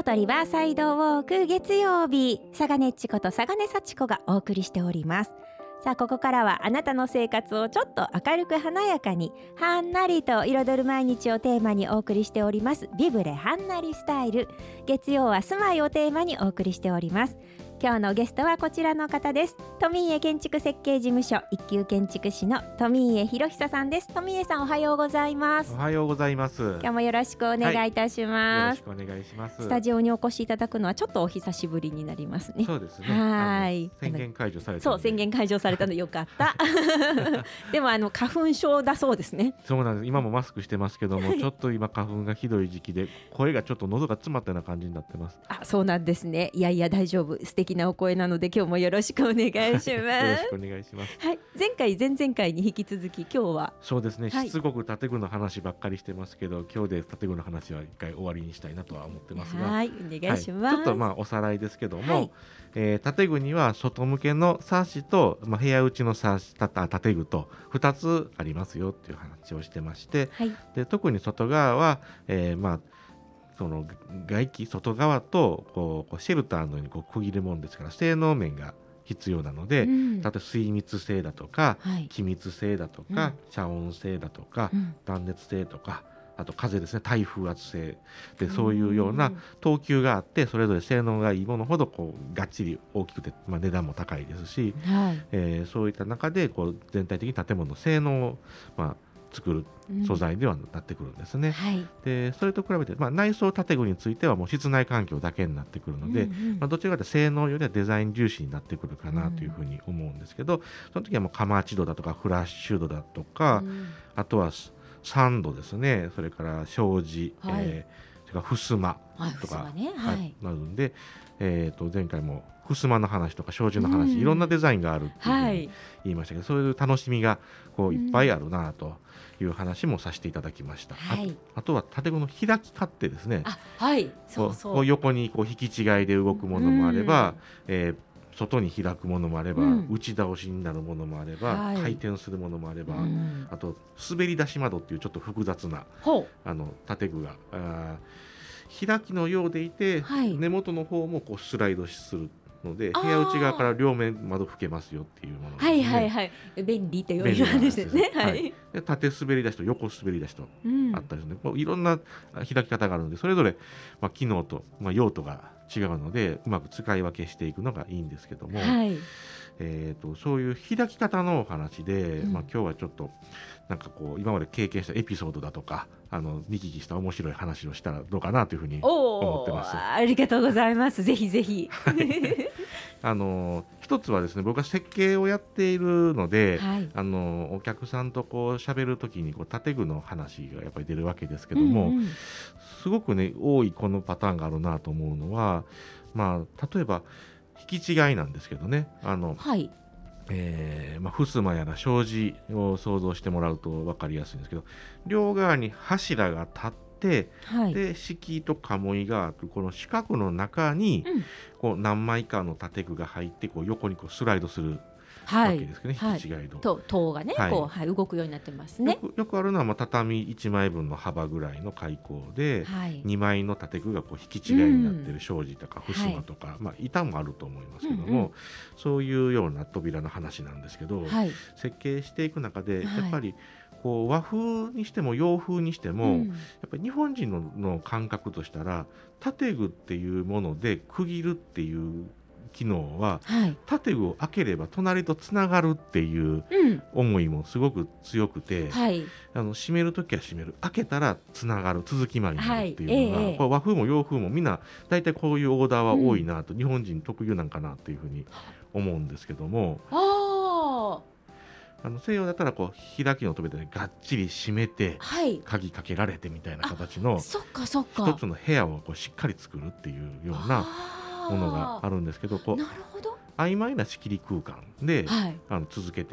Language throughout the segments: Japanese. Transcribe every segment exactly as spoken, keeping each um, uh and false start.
京都リバーサイドウォーク月曜日、佐賀根っちこと佐賀根幸子がお送りしております。さあここからはあなたの生活をちょっと明るく華やかにはんなりと彩る毎日をテーマにお送りしておりますビブレはんなりスタイル。月曜は住まいをテーマにお送りしております。今日のゲストはこちらの方です。富家建築設計事務所一級建築士の富家博久さんです。富家さんおはようございます。 おはようございます。 今日もよろしくお願いいたします、 はい、よろしくお願いします。 スタジオにお越しいただくのはちょっとお久しぶりになりますね。 そうですね。 はい、 宣言解除されたそう宣言解除されたのよかったでもあの花粉症だそうですね。 そうなんです。今もマスクしてますけどもちょっと今花粉がひどい時期で声がちょっと喉が詰まったような感じになってます。 あ、そうなんですね。いやいや大丈夫、素敵なお声なので今日もよろしくお願いしますよろしくお願いします、 はい、前回前々回に引き続き今日はそうですね、 はい、 しつこく建具の話ばっかりしてますけど今日で建具の話は一回終わりにしたいなとは思ってますが、 はいお願いします、 はい、ちょっとまあおさらいですけども、 はいえー、建具には外向けのサッシと、まあ、部屋内のサッシた建具とふたつありますよっていう話をしてまして、 はい、 で特に外側は、えー、まあその外気外側とこうこうシェルターのようにこう区切るもんですから性能面が必要なので、うん、例えば水密性だとか、はい、気密性だとか、うん、遮音性だとか、うん、断熱性とかあと風ですね、耐風圧性でそういうような等級があってそれぞれ性能がいいものほどこうがっちり大きくて、まあ、値段も高いですし、はいえー、そういった中でこう全体的に建物の性能を、まあ作る素材ではなってくるんですね、うんはい、でそれと比べて、まあ、内装建具についてはもう室内環境だけになってくるので、うんうんまあ、どちらかというと性能よりはデザイン重視になってくるかなというふうに思うんですけど、その時はもうカマーチ度だとかフラッシュ度だとか、うん、あとは酸度ですね、それから障子、はいえー、それから襖とか、はいねはい、なるんで、えー、と前回も襖の話とか障子の話、うん、いろんなデザインがあるっていうふうに言いましたけど、はい、そういう楽しみがこういっぱいあるなという話もさせていただきました、はい、あ, あとは建具の開き勝手ですね。 あ、はい、そうそう、 こう横にこう引き違いで動くものもあれば、うんえー外に開くものもあれば、うん、内倒しになるものもあれば、はい、回転するものもあれば、うん、あと滑り出し窓っていうちょっと複雑なあの建具があ開きのようでいて、はい、根元の方もこうスライドするので部屋内側から両面窓拭けますよっていうものですね。 はいはいはい、便利というようなですね。はい、 で縦滑り出しと横滑り出しとあったりするので、うん、いろんな開き方があるのでそれぞれ、まあ、機能と、まあ、用途が違うのでうまく使い分けしていくのがいいんですけども、はいえー、とそういう開き方のお話で、うんまあ、今日はちょっとなんかこう今まで経験したエピソードだとかあの見聞きした面白い話をしたらどうかなというふうに思ってます。 ありがとうございます。ぜひぜひ、はい、 あの一つはですね、僕は設計をやっているので、はい、あのお客さんとこう喋るときにこう建具の話がやっぱり出るわけですけども、うんうん、すごくね多いこのパターンがあるなと思うのは、まあ、例えば引き違いなんですけどね、あの、はいえーまあ、襖やら障子を想像してもらうと分かりやすいんですけど、両側に柱が立って、はい、で敷居と鴨居があるこの四角の中に、うん、こう何枚かの建具が入ってこう横にこうスライドするわけですけどね、はい、引き違いのと塔がね、はいこうはい、動くようになってますね。 よく、よくあるのは、まあ、畳いちまいぶんの幅ぐらいの開口で、はい、にまいの建具がこう引き違いになっている障子とか襖とか、はいまあ、板もあると思いますけども、うんうん、そういうような扉の話なんですけど、はい、設計していく中でやっぱりこう和風にしても洋風にしても、うん、やっぱり日本人 の, の感覚としたら建具っていうもので区切るっていう機能は、はい、建具を開ければ隣とつながるっていう思いもすごく強くて、うんはい、あの閉めるときは閉める、開けたらつながる、続きまでになるっていうのが、はいえー、これ和風も洋風もみんな大体こういうオーダーは多いなと、うん、日本人特有なんかなっていうふうに思うんですけども、ああの西洋だったらこう開きの扉でがっちり閉めて、はい、鍵かけられてみたいな形のそっかそっか一つの部屋をこうしっかり作るっていうようなものがあるんですけど、こうなるほど曖昧な仕切り空間で、はい、あの続けて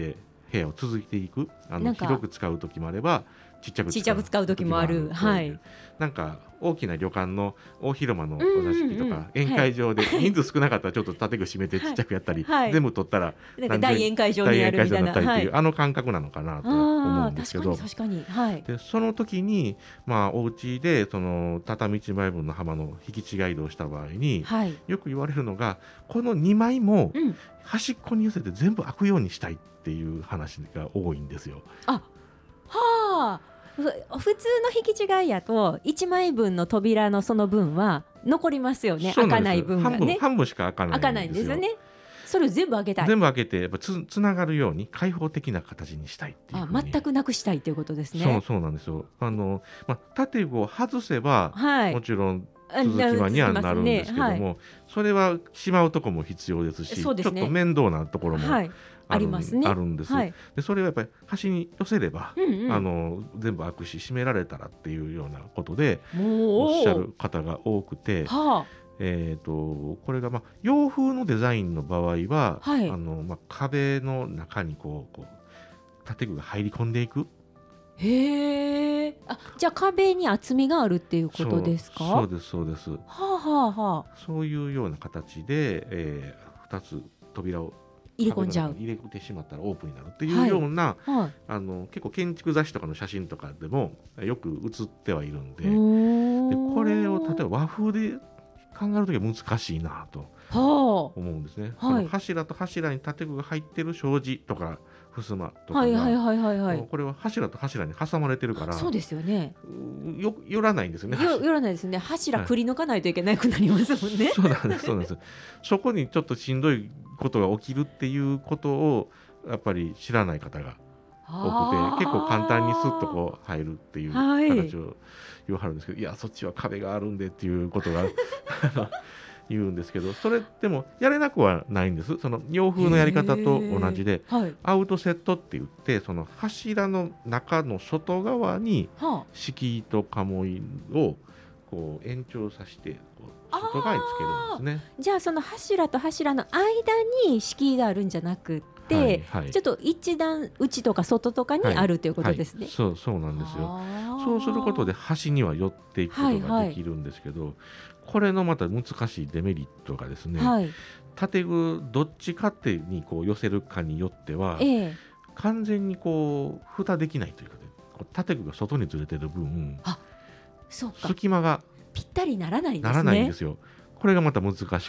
部屋を続いていく、あのなんか広く使う時もあればちっちゃくちっちゃく使う時もある、はい、 なんか大きな旅館の大広間のお座敷とか、 うんうんうん、 宴会場で人数少なかったらちょっと建具閉めてちっちゃくやったり、 はい、 全部取ったらなんか大宴会場にやるみたいな、 大宴会場になったりっていう、 はい、 あの感覚なのかなと思うんですけど、 確かに確かに、はい、 でその時に、まあ、お家でその畳いちまいぶんの幅の引き違い戸をした場合に、はい、よく言われるのがこのにまいも端っこに寄せて全部開くようにしたいっていう話が多いんですよ。 あ、はあ、普通の引き違いやといちまいぶんの扉のその分は残りますよね。開かない分がね、 半分、半分しか開かないんですよ。 開かないんですよね。それを全部開けたい、 全部開けてやっぱ つ, つながるように開放的な形にしたいっていう。 あ、全くなくしたいということですね。 そうそうなんですよ。あの、まあ、建具を外せば、はい、もちろん続き間にはなるんですけども、ね、はい、それはしまうとこも必要ですし、 そうですね、 ちょっと面倒なところも、はい、ある、 ありますね、 あるんです、はい、でそれはやっぱり端に寄せれば、うんうん、あの全部開くし閉められたらっていうようなことでおっしゃる方が多くて、はあ、えー、とこれが、まあ、洋風のデザインの場合は、はい、あのまあ、壁の中にこう、こう建具が入り込んでいく。 へー、あ、じゃあ壁に厚みがあるっていうことですか？ そう、そうですそうです、はあはあはあ、 そういうような形で、えー、ふたつ扉を入れ込んじゃう、 入れてしまったらオープンになるっていうような、はいはい、あの結構建築雑誌とかの写真とかでもよく写ってはいるんで、でこれを例えば和風で考えるときは難しいなと思うんですね、はい、柱と柱に建具が入ってる障子とか襖とかが、はいはいはいはいはい、これは柱と柱に挟まれてるから、 そうですよね、 よ寄らないんですよね。 よ寄らないですね。柱くり抜かないといけなくなりますもんね、はい、 そうなんですそうなんですそこにちょっとしんどいことが起きるっていうことをやっぱり知らない方が多くて、結構簡単にスッとこう入るっていう形を言わはるんですけど、はい、いやそっちは壁があるんでっていうことが言うんですけど、それでもやれなくはないんです。その洋風のやり方と同じで、はい、アウトセットって言って、その柱の中の外側に敷居と鴨居をこう延長させてこう外側につけるんですね。 じゃあその柱と柱の間に敷居があるんじゃなくて、はいはい、ちょっと一段内とか外とかにあるということですね、 はいはい、そう、そうなんですよ。そうすることで端には寄っていくことができるんですけど、はいはい、これのまた難しいデメリットがですね、はい、建具どっちかってにこう寄せるかによっては、ええ、完全にこう蓋できないというか、ね、こう建具が外にずれてる分、あ、そうか、隙間がぴったりならないんですね。 ならないんですよ。これがまた難しくて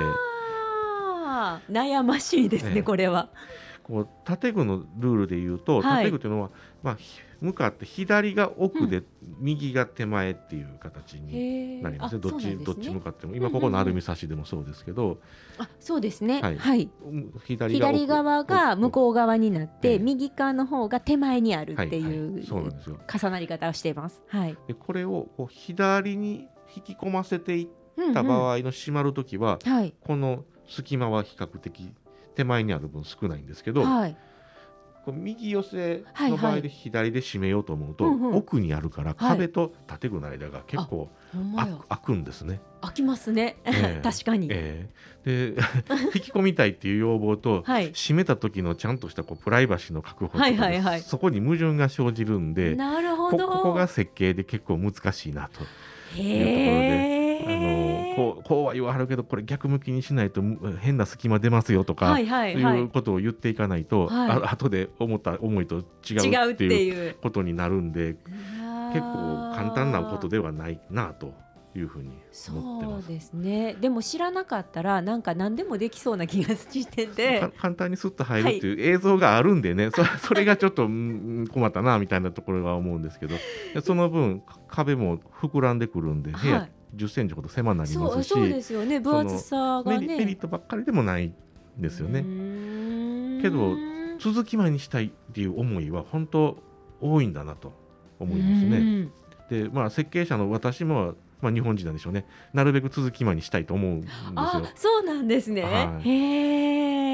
悩ましいですね、ええ、これは。 こう建具のルールでいうと、はい、建具というのは、まあ、向かって左が奥で、うん、右が手前っていう形になりますね。どっち、どっち向かっても、今ここのアルミサッシでもそうですけど、うんうんうん、 あ、そうですね、はいはい、 左が左側が向こう側になって、ええ、右側の方が手前にあるっていう、はいはい、そうなんですよ、重なり方をしています、はい、 でこれをこう左に引き込ませていった場合の閉まるときは、うんうん、はい、この隙間は比較的手前にある分少ないんですけど、はい、こう右寄せの場合で左で締めようと思うと、はいはい、奥にあるから壁と建具の間が結構開くんですね。 開きますね、えー、確かに、えー、で引き込みたいっていう要望と、はい、閉めた時のちゃんとしたこうプライバシーの確保とか、はいはいはい、そこに矛盾が生じるんで、 なるほど、 こ, ここが設計で結構難しいなというところで、あのこう、こうは言わはるけどこれ逆向きにしないと変な隙間出ますよとか、はいはいはい、いうことを言っていかないと、はい、あ後で思った思いと違うっていうことになるんで、結構簡単なことではないなというふうに思ってます。 そうですね。でも知らなかったらなんか何でもできそうな気がしてて、 簡単にスッと入るっていう映像があるんでね、はい、そ, それがちょっと困ったなみたいなところは思うんですけど、その分壁も膨らんでくるんで、部屋、はい、じゅっセンチほど狭なりますし、 そう、そうですよね、分厚さがね、 メリ、メリットばっかりでもないんですよね。けど続き前にしたいっていう思いは本当多いんだなと思いますね。で、まあ、設計者の私も、まあ、日本人なんでしょうね、なるべく続き前にしたいと思うんですよ。 あ、そうなんですね、はい、へ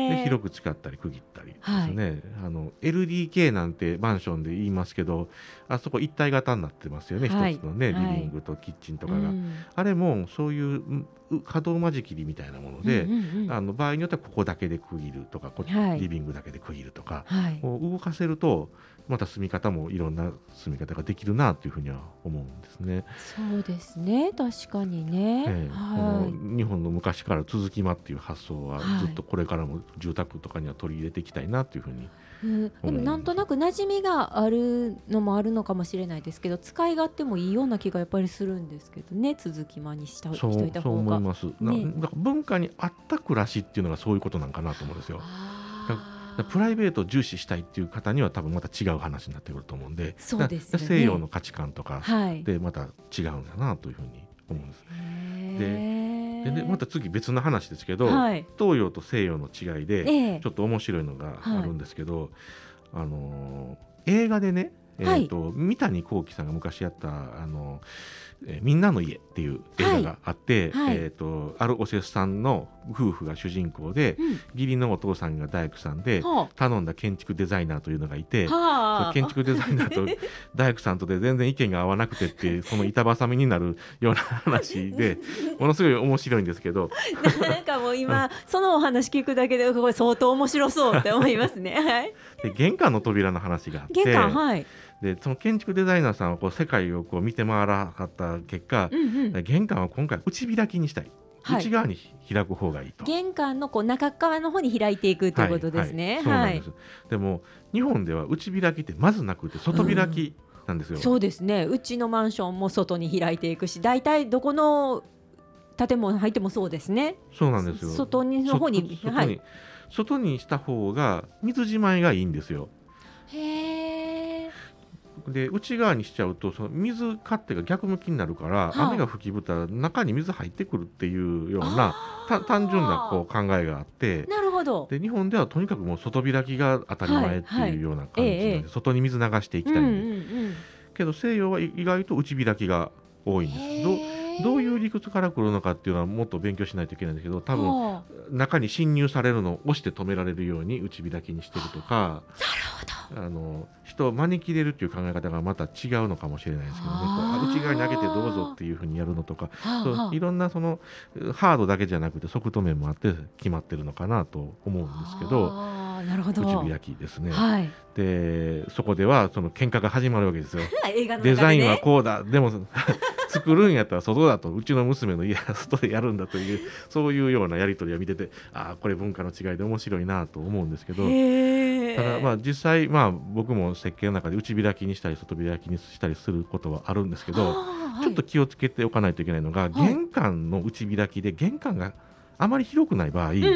で広く使ったり区切ったりですね、はい、あの エルディーケー なんてマンションで言いますけど、あそこ一体型になってますよね、はい、一つのねリビングとキッチンとかが、はい、あれもそういう可動間仕切りみたいなもので、うんうんうん、あの場合によってはここだけで区切るとか、こはい、リビングだけで区切るとか、はい、動かせるとまた住み方もいろんな住み方ができるなというふうには思うんですね。 そうですね、確かにね、 えーはい、この日本の昔から続き間っていう発想はずっとこれからも住宅とかには取り入れていきたいなというふうに、 うん、でもなんとなく馴染みがあるのもあるのかもしれないですけど、使い勝手もいいような気がやっぱりするんですけどね、続き間にしたしといた方が。 そう思います、ね、なだから文化に合った暮らしっていうのがそういうことなんかなと思うんですよ。プライベートを重視したいっていう方には多分また違う話になってくると思うんで、 そうですよね、 西洋の価値観とかでまた違うんだなというふうに思うんです、はい、で, で、ね、また次別の話ですけど、はい、東洋と西洋の違いでちょっと面白いのがあるんですけど、はい、あの映画でね、えーとはい、三谷幸喜さんが昔やったあのえー、みんなの家っていう映画があって、はいはい、えー、とあるお施主さんの夫婦が主人公で、うん、義理のお父さんが大工さんで、はあ、頼んだ建築デザイナーというのがいて、はあ、建築デザイナーと大工さんとで全然意見が合わなくてってその板挟みになるような話でものすごい面白いんですけどなんかもう今そのお話聞くだけでこれ相当面白そうって思いますね、はい、 で玄関の扉の話があって、 玄関、はい、 でその建築デザイナーさんはこう世界をこう見て回らなかった結果、うんうん、玄関は今回内開きにしたい、はい、内側に開く方がいいと、 玄関のこう中側の方に開いていくということですね、はいはい、そうなんです、 はい、でも日本では内開きってまずなくて外開きなんですよ、 うん、そうですね、うちのマンションも外に開いていくし、大体どこの建物入ってもそうですね。 そうなんですよ、 外にの方に外に、はい、外にした方が水じまいがいいんですよ。 へー。 で内側にしちゃうとその水勝手が逆向きになるから、はあ、雨が吹き降ったら中に水入ってくるっていうような単純なこう考えがあって、 なるほど。 で日本ではとにかくもう外開きが当たり前っていうような感じなので、はいはい、外に水流していきたいんで、うんうんうん、けど西洋は意外と内開きが多いんです。どどういう理屈から来るのかっていうのはもっと勉強しないといけないんですけど、多分中に侵入されるのを押して止められるように内開きにしてるとか、 なるほど、 あの人を招き入れるっていう考え方がまた違うのかもしれないですけどね、こう内側に開けてどうぞっていうふうにやるのとか、そういろんなそのハードだけじゃなくてソフト面もあって決まってるのかなと思うんですけど、 なるほど、 内開きですね、 はい、 でそこではその喧嘩が始まるわけですよ映画の中でね、 デザインはこうだ、でも作るんやったら外だと、うちの娘の家は外でやるんだというそういうようなやり取りを見てて、ああこれ文化の違いで面白いなと思うんですけど、ただまあ実際まあ僕も設計の中で内開きにしたり外開きにしたりすることはあるんですけど、はい、ちょっと気をつけておかないといけないのが、はい、玄関の内開きで玄関があまり広くない場合、うんうんうん、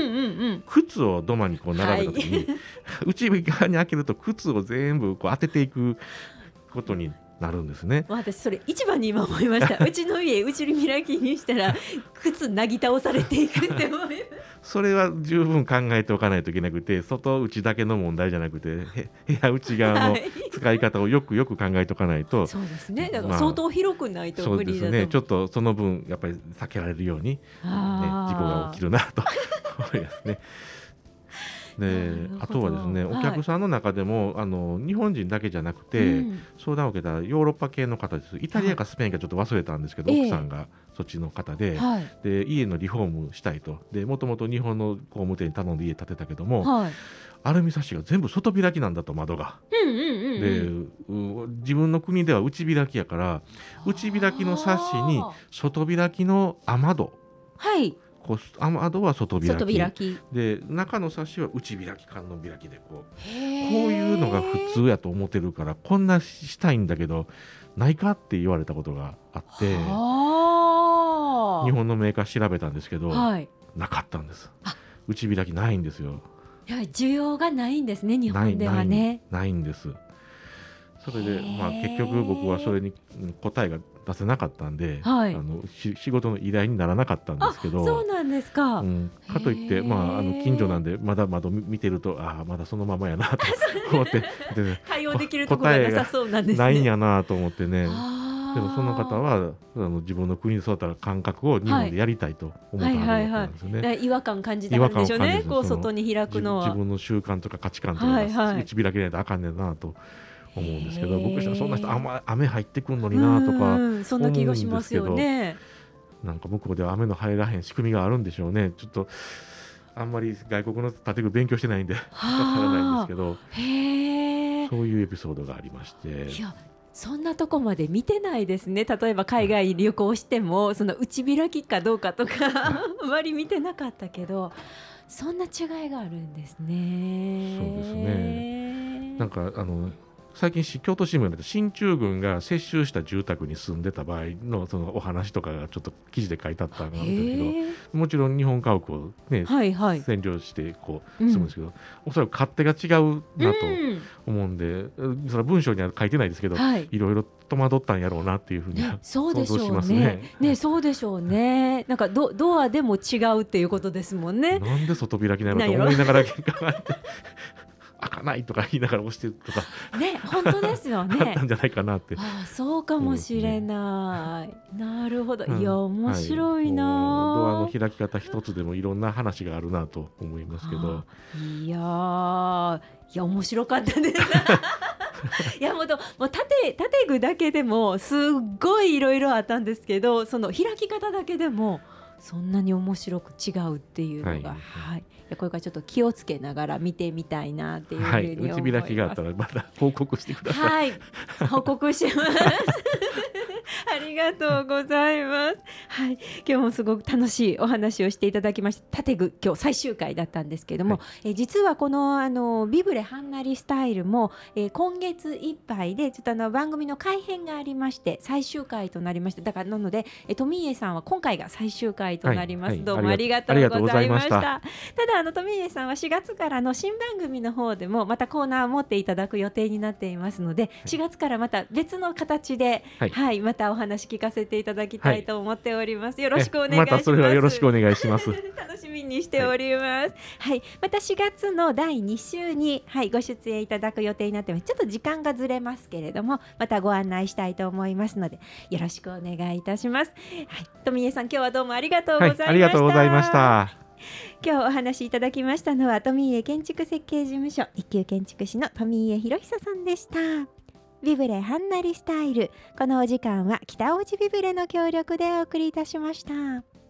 靴を土間にこう並べた時に、はい、内側に開けると靴を全部こう当てていくことになるんですね。 私それ一番に今思いましたうちの家内開きにしたら靴なぎ倒されていくって思いますそれは十分考えておかないといけなくて、外内だけの問題じゃなくて部屋内側の使い方をよくよく考えておかないと、はい、 そうですね、だから相当広くないと無理だと、まあ、そうですね、 ちょっとその分やっぱり避けられるように、ね、事故が起きるなと思いますね。であとはですね、お客さんの中でも、はい、あの日本人だけじゃなくて、うん、相談を受けたヨーロッパ系の方です。イタリアかスペインかちょっと忘れたんですけど、はい、奥さんがそっちの方で、はい、で家のリフォームしたいと、でもともと日本の工務店に頼んで家建てたけども、はい、アルミサッシが全部外開きなんだと、窓が、うんうんうんうん、で自分の国では内開きやから、内開きのサッシに外開きの雨戸、はい、こう雨戸は外開き、 外開きで中のサッシは内開き、観音開きでこうこういうのが普通やと思ってるから、こんなしたいんだけどないかって言われたことがあって、日本のメーカー調べたんですけど、はい、なかったんです。内開きないんですよ。 いや需要がないんですね、日本ではね。 ない、ない、ないんです。それで、まあ、結局僕はそれに答えが出せなかったんで、はい、あの仕事の依頼にならなかったんですけど、 そうなんですか、 うん、かといって、まあ、あの近所なんでまだまだ見てると、ああまだそのままやなと思って対応できるところがなさそうなんですね。 ないんやなと思ってね。 はでもその方はあの自分の国で育った感覚を日本でやりたいと思ったはずなんですよね、 はいはいはい、違和感感じたからでしょうね、こう外に開くのは自分の習慣とか価値観とかはいはい、 が打ち開けないとあかんねんなと思うんですけど、僕はそんな人雨、雨入ってくんのになとか思うんですけど、 そんな気がしますよね。 なんか向こうでは雨の入らへん仕組みがあるんでしょうね。ちょっとあんまり外国の建具勉強してないんでわからないんですけど、へそういうエピソードがありまして、 いやそんなとこまで見てないですね。例えば海外旅行してもその内開きかどうかとかあまり見てなかったけど、そんな違いがあるんですね。 そうですね。なんかあの最近京都新聞で進駐軍が接収した住宅に住んでた場合 の, そのお話とかがちょっと記事で書いてあったのがあるんですけど、もちろん日本家屋を、ねはいはい、占領してこう住むんですけど、うん、おそらく勝手が違うなと思うんで、うん、それは文章には書いてないですけど、はい、いろいろ戸惑ったんやろうなっていうふうには想像しますね。 ね、そうでしょうね。なんか ド, ドアでも違うっていうことですもんね。 なんで外開きなのと思いながら考えて開かないとか言いながら押してるとかね、本当ですよね。 あったんじゃないかなって。 ああ、そうかもしれない。なるほど。いや、面白いな、はい、 ドアの開き方一つでもいろんな話があるなと思いますけど。 いやー、いや面白かったですいやもうともう建て具だけでもすっごいいろいろあったんですけど、その開き方だけでもそんなに面白く違うっていうのが、はいはい、いやこれからちょっと気をつけながら見てみたいなっていうふうに思います。 はい、内開きがあったらまた報告してください。 はい、報告しますありがとうございます。はい、今日もすごく楽しいお話をしていただきました。建具今日最終回だったんですけども、はい、え実はこのあのビブレはんなりスタイルも、えー、今月いっぱいでちょっとあの番組の改編がありまして最終回となりました。だからなので、え富家さんは今回が最終回となります。はいはい、どうもありがとうございました。ただあの富家さんはしがつからの新番組の方でもまたコーナーを持っていただく予定になっていますので、しがつからまた別の形で、はいはい、またお話聞かせていただきたいと思っております。はい、よろしくお願いします。 またそれはよろしくお願いします楽しみにしております。はい、はい、またしがつのだいに週に、はい、ご出演いただく予定になってます。ちょっと時間がずれますけれどもまたご案内したいと思いますのでよろしくお願いいたします。はい、富家さん今日はどうもありがとうございました。はい、 ありがとうございました。 今日お話しいただきましたのは富家建築設計事務所一級建築士の富家博久さんでした。ビブレはんなりスタイル、このお時間は北大路ビブレの協力でお送りいたしました。